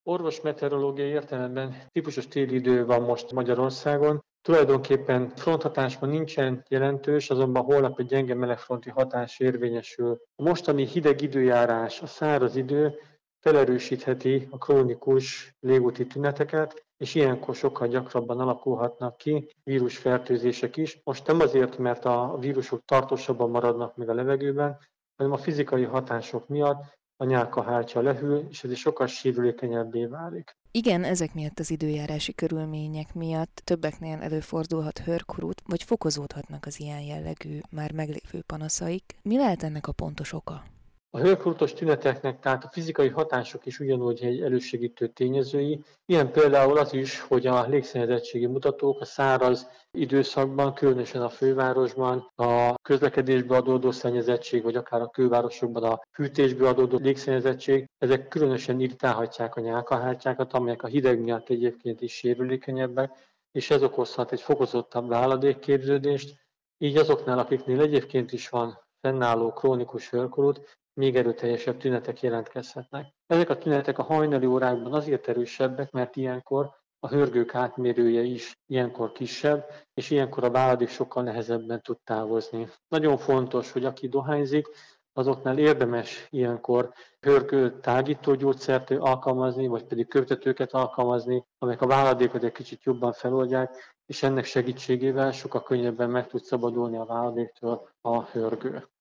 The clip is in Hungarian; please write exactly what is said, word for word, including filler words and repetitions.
Orvosmeteorológiai értelemben típusos téli idő van most Magyarországon. Tulajdonképpen fronthatásban nincsen jelentős, azonban holnap egy gyenge melegfronti hatás érvényesül. A mostani hideg időjárás, a száraz idő felerősítheti a krónikus légúti tüneteket, és ilyenkor sokkal gyakrabban alakulhatnak ki vírusfertőzések is. Most nem azért, mert a vírusok tartósabban maradnak meg a levegőben, hanem a fizikai hatások miatt a nyálkahártya lehűl, és ez is sokkal sérülékenyebbé válik. Igen, ezek miatt az időjárási körülmények miatt többeknél előfordulhat hőrkurut, vagy fokozódhatnak az ilyen jellegű, már meglévő panaszaik. Mi lehet ennek a pontos oka? A hőrkurutos tüneteknek tehát a fizikai hatások is ugyanúgy egy elősegítő tényezői. Ilyen például az is, hogy a légszennyezettségi mutatók a száraz időszakban, különösen a fővárosban a közlekedésbe adódó szennyezettség, vagy akár a külvárosokban a fűtésbe adódó légszennyezettség, ezek különösen irritálhatják a nyálkahártyákat, amelyek a hideg miatt egyébként is sérülékenyebbek, és ez okozhat egy fokozottabb váladékképződést, így azoknál, akiknél egyébként is van fennálló krónikus hőrkurut, még erőteljesebb tünetek jelentkezhetnek. Ezek a tünetek a hajnali órákban azért erősebbek, mert ilyenkor a hörgők átmérője is ilyenkor kisebb, és ilyenkor a váladék sokkal nehezebben tud távozni. Nagyon fontos, hogy aki dohányzik, azoknál érdemes ilyenkor hörgő tágító gyógyszert alkalmazni, vagy pedig köptetőket alkalmazni, amelyek a váladékot egy kicsit jobban feloldják, és ennek segítségével sokkal könnyebben meg tud szabadulni a váladéktől a hörgő.